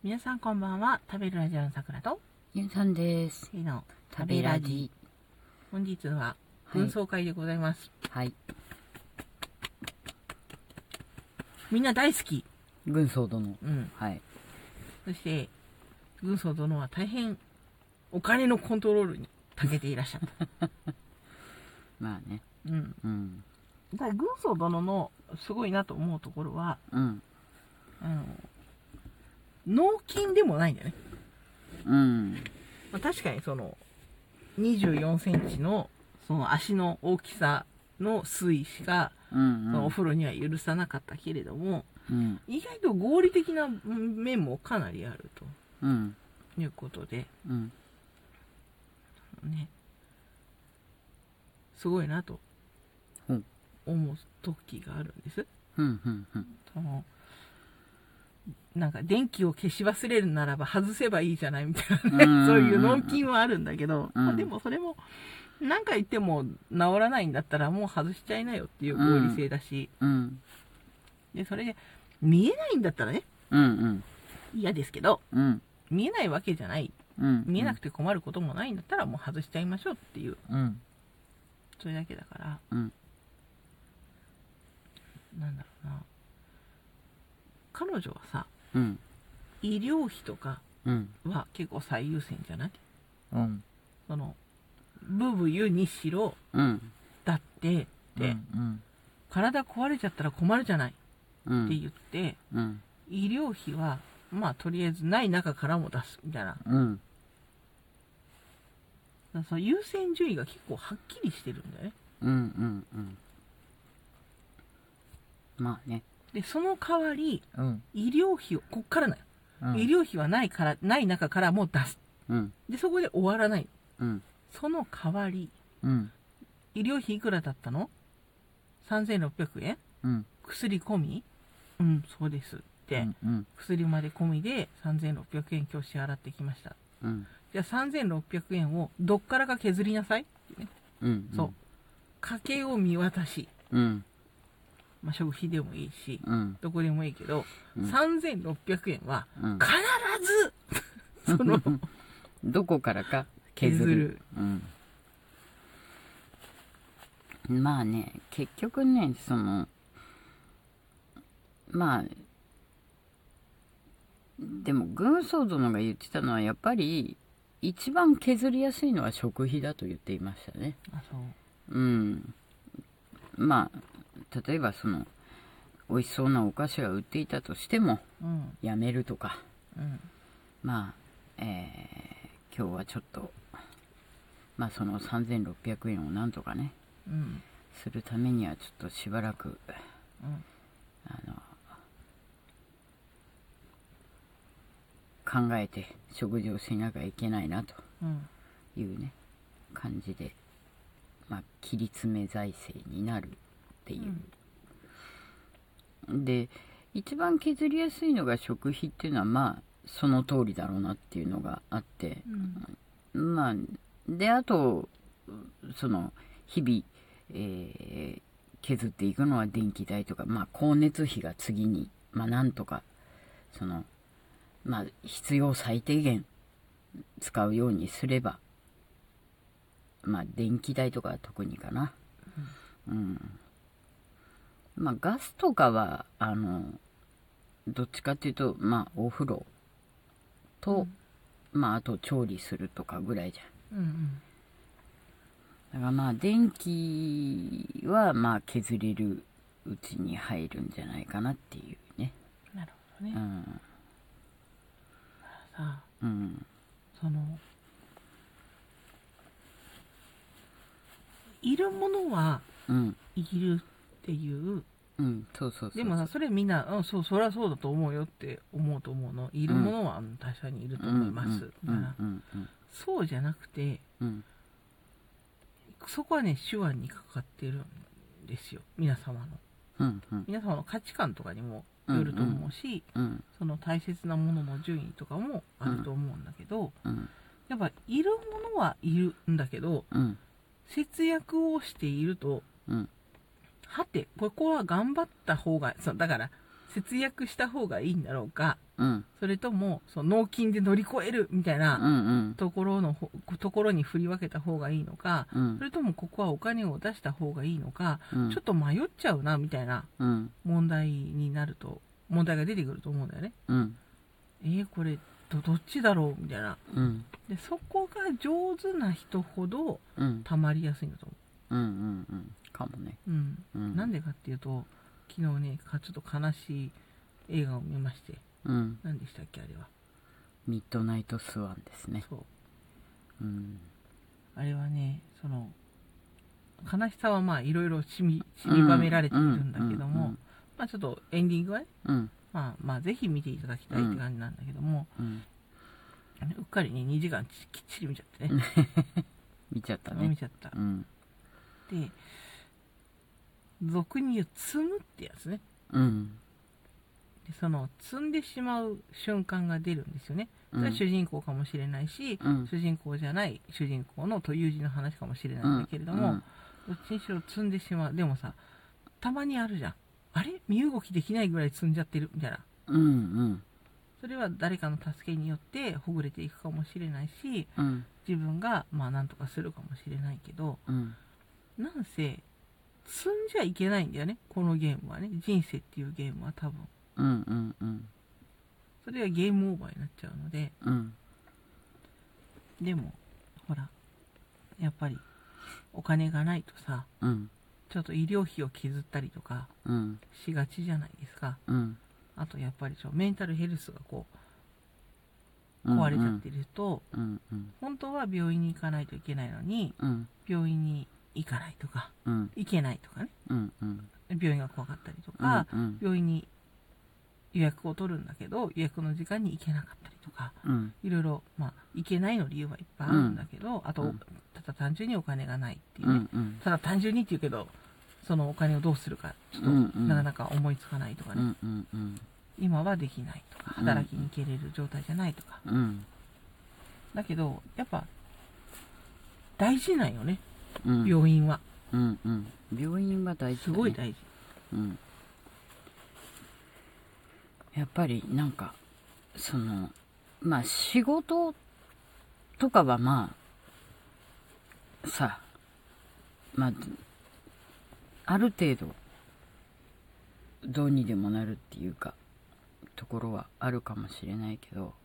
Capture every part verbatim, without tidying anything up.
皆さんこんばんは。食べるラジオのさくらとゆんさんです。 いいの食べラジ。 本日は軍曹会でございます。 はい。 みんな大好き。 軍曹殿。 うん。 はい。 そして軍曹殿は大変お金のコントロールに長けていらっしゃる。 まあね。 うん。 うん。 だから軍曹殿のすごいなと思うところは、 うん。 あの脳筋でもないんだよね。 うん。 まあ、確かにそのにじゅうよんセンチのその足の大きさの水位しか、 うんうん、 そのお風呂には許さなかったけれども、 うん、 意外と合理的な面もかなりあると、 うん、 いうことで、 うん、 ね、すごいなと思う時があるんです。 うんうんうん、 そのなんか電気を消し忘れるならば外せばいいじゃないみたいなね、そういう脳筋はあるんだけど、 うん、 まあ、でもそれも何回言っても治らないんだったらもう外しちゃいなよっていう合理性だし、 うん、 でそれで見えないんだったらね、 うんうん、 嫌ですけど、 うん、 見えないわけじゃない、 うん、 見えなくて困ることもないんだったらもう外しちゃいましょうっていう、 うん、 それだけだから、 うん、 なんだろうな、彼女はさ、 うん、 医療費とかは結構最優先じゃない？ うん、 そのブーブー言うにしろ、 うん、 だってって、 うん、 体壊れちゃったら困るじゃない、 うん、 って言って、 うん、 医療費はまあとりあえずない中からも出すみたいな、 うん、 だからその優先順位が結構はっきりしてるんだよね。 うん、うん、うん、まあね。 でその代わり、 うん、 医療費をこっからなよ、うん、医療費はないからない中からも出す、うん、でそこで終わらない、うん、その代わり、うん、医療費いくらだったの？さんぜんろっぴゃくえん、うん、薬込み？うん、そうですって、うんうん、薬まで込みでさんぜんろっぴゃくえん今日支払ってきました、うん、じゃあさんぜんろっぴゃくえんをどっからか削りなさいって、ね、うんうん、そう家計を見渡し、うん、まあ、食費でもいいし、うん、どこでもいいけど、うん、さんぜんろっぴゃくえんは必ず、うん、そのどこからか削る、削る、うん、まあね、結局ね、そのまあでも軍曹殿が言ってたのはやっぱり一番削りやすいのは食費だと言っていましたね。 あ、そう。 うん。まあ例えばその美味しそうなお菓子が売っていたとしても、うん、やめるとか、うん、まあ、えー、今日はちょっとまあそのさんぜんろっぴゃくえんをなんとかね、うん、するためにはちょっとしばらく、うん、あの考えて食事をしなきゃいけないなというね、うん、感じで、まあ切り詰め財政になるっていう、うん、で一番削りやすいのが食費っていうのはまあその通りだろうなっていうのがあって、うん、まあであとその日々、えー、削っていくのは電気代とか、まあ光熱費が次にまあなんとかそのまあ必要最低限使うようにすれば、まあ電気代とかは特にかな、うん、うん、まあガスとかはあのどっちかっていうとまあお風呂と、うん、まああと調理するとかぐらいじゃん、うんうん、だからまあ電気はまあ削れるうちに入るんじゃないかなっていうね。 なるほどね、うん、さあ、 うん、 そのいるものはいるっていう、 うん、そうそうそうそう。 でもさ、それみんな、うん、そう、そりゃそうだと思うよって思うと思うの。いるものは、うん、確かにいると思います。だから、そうじゃなくて、うん、そこはね、手腕にかかってるんですよ。皆様の。うんうん、皆様の価値観とかにもよると思うし、うんうん、その大切なものの順位とかもあると思うんだけど、うん、やっぱいるものはいるんだけど、うん、節約をしていると、うん、はてここは頑張った方がそうだから節約した方がいいんだろうか、 うん、 それともその納金で乗り越えるみたいなところの、うんうん、ところに振り分けた方がいいのか、うん、それともここはお金を出した方がいいのか、うん、ちょっと迷っちゃうなみたいな問題になると、問題が出てくると思うんだよね。うん、えー、これ ど, どっちだろうみたいな、うん、でそこが上手な人ほどたまりやすいんだと思う。 うんうんうんかもね。 うんうん、なんでかっていうと、昨日ねちょっと悲しい映画を見まして、うん、何でしたっけあれは。 ミッドナイトスワンですね。そう、 うん、あれはね、その悲しさはまあいろいろちりばめられているんだけども、うんうんうん、まあちょっとエンディングはね、うん、まあまあぜひ見ていただきたいって感じなんだけども、うん、うっかりねにじかんきっちり見ちゃってね見ちゃったね。 見ちゃった、うん、で俗に言う積むってやつね、うん、でその積んでしまう瞬間が出るんですよね。それは主人公かもしれないし、うん、主人公じゃない主人公のと友人の話かもしれないんだけれども、うん、どっちにしろ積んでしまう。でもさ、たまにあるじゃん、あれ身動きできないぐらい積んじゃってるみたいな、うんうん、それは誰かの助けによってほぐれていくかもしれないし、うん、自分がまあ何とかするかもしれないけど、うん、なんせ積んじゃいけないんだよね、このゲームはね。人生っていうゲームは多分、うんうんうん、それはゲームオーバーになっちゃうので、うん、でもほらやっぱりお金がないとさ、うん、ちょっと医療費を削ったりとかしがちじゃないですか、うん、あとやっぱりちょメンタルヘルスがこう壊れちゃってると、うんうん、本当は病院に行かないといけないのに、うん、病院に行かないとか、うん、行けないとかね、うんうん、病院が怖かったりとか、うんうん、病院に予約を取るんだけど予約の時間に行けなかったりとか、うん、いろいろ、まあ、行けないの理由はいっぱいあるんだけど、うん、あと、うん、ただ単純にお金がないっていうね、うんうん、ただ単純にっていうけどそのお金をどうするかちょっと、うんうん、なかなか思いつかないとかね、うんうんうん、今はできないとか働きに行けれる状態じゃないとか、うん、だけどやっぱ大事なんよね、うん、病院は、 うんうん、病院は大事だね、 すごい大事、うん、 やっぱりなんかそのまあ仕事とかはまあさまあある程度どうにでもなるっていうかところはあるかもしれないけど、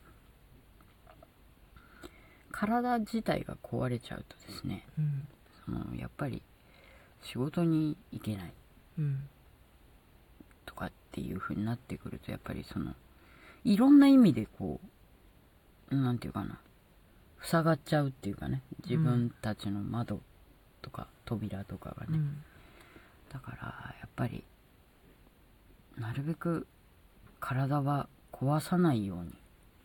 体自体が壊れちゃうとですね、うん、そのやっぱり仕事に行けない、うん、とかっていう風になってくるとやっぱりそのいろんな意味でこうなんていうかな塞がっちゃうっていうかね、自分たちの窓とか扉とかがね、うん、だからやっぱりなるべく体は壊さないように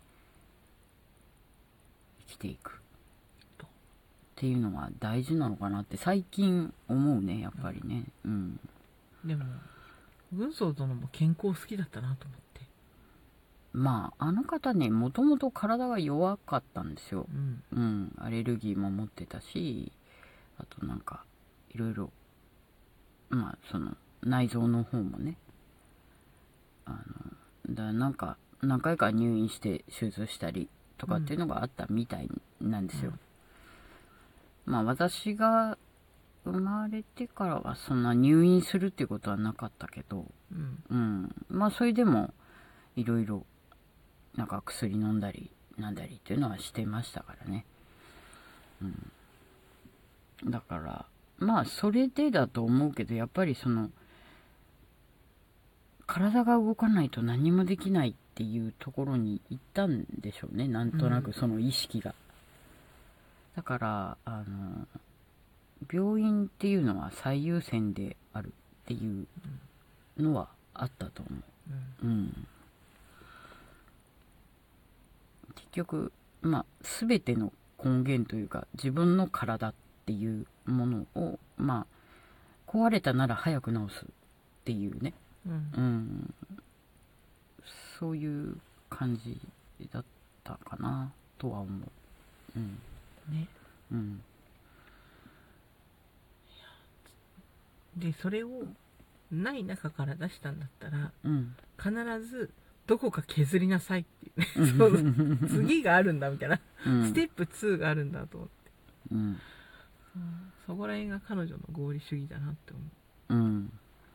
生きていくっていうのは大事なのかなって最近思うね、やっぱりね、うん、 でも軍曹殿も健康好きだったなと思って。 まああの方ねもともと体が弱かったんですよ、うん、うん、アレルギーも持ってたし、あとなんかいろいろまあその内臓の方もね、あのだなんか何回か入院して手術したりとかっていうのがあったみたいなんですよ、うん、まあ私が生まれてからはそんな入院するっていうことはなかったけど、うん、うん、まあそれでもいろいろなんか薬飲んだりなんだりっていうのはしてましたからね、うん、だからまあそれでだと思うけど、やっぱりその体が動かないと何もできないっていうところに行ったんでしょうね、なんとなくその意識が、うん、だからあの病院っていうのは最優先であるっていうのはあったと思う、うんうん、結局まあ全ての根源というか自分の体っていうものをまあ壊れたなら早く治すっていうね、うんうん、そういう感じだったかなとは思う、うんね、うん、 でそれをない中から出したんだったら、 うん、 必ずどこか削りなさいっていうねその次があるんだみたいな、うん、ステップツーがあるんだと思って、うん、そこら辺が彼女の合理主義だなって思う、うん、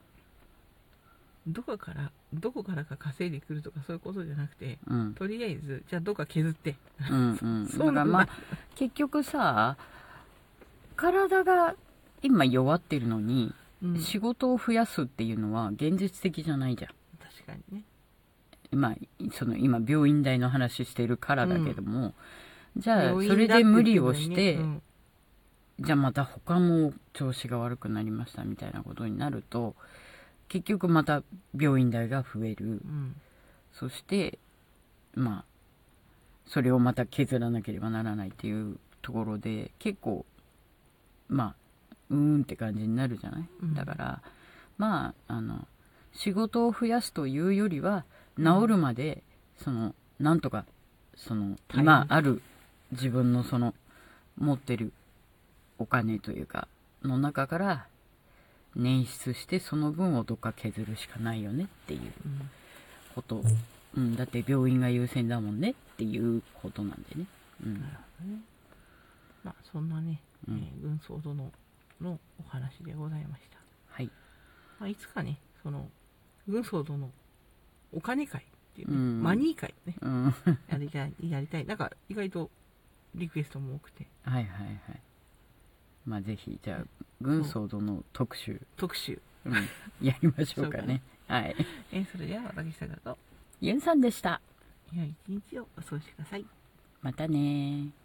どこからどこからか稼いでくるとかそういうことじゃなくて、うん、とりあえずじゃあどっか削って、 うんうん、そうなんだ。まあ結局さ、体が今弱ってるのに、うん、仕事を増やすっていうのは現実的じゃないじゃん。 確かにね。 まあその今病院代の話してるからだけども、うん、じゃあそれで無理をして、うん、じゃあまた他も調子が悪くなりましたみたいなことになると、結局また病院代が増える、うん、そしてまあそれをまた削らなければならないっていうところで、結構まあうーんって感じになるじゃない、うん、だからまああの仕事を増やすというよりは治るまで、うん、そのなんとかその今ある自分のその持ってるお金というかの中から捻出してその分をどっか削るしかないよねっていうこと、うん、だって病院が優先だもんねっていうことなんでね、うん、なるほどね。 まあそんなね、うん、えー、軍曹殿のお話でございました。 はい。 まあ、いつかね、その軍曹殿お金会っていうね、うん、マニー会ね、うん、やりたいやりたい。なんか意外とリクエストも多くて。 はいはいはい。まあぜひじゃあ軍曹殿特集特集、 うん、やりましょうかね。はい。 えー、それでは私さがとユンさんでした。 良い一日をお過ごしください。 またね。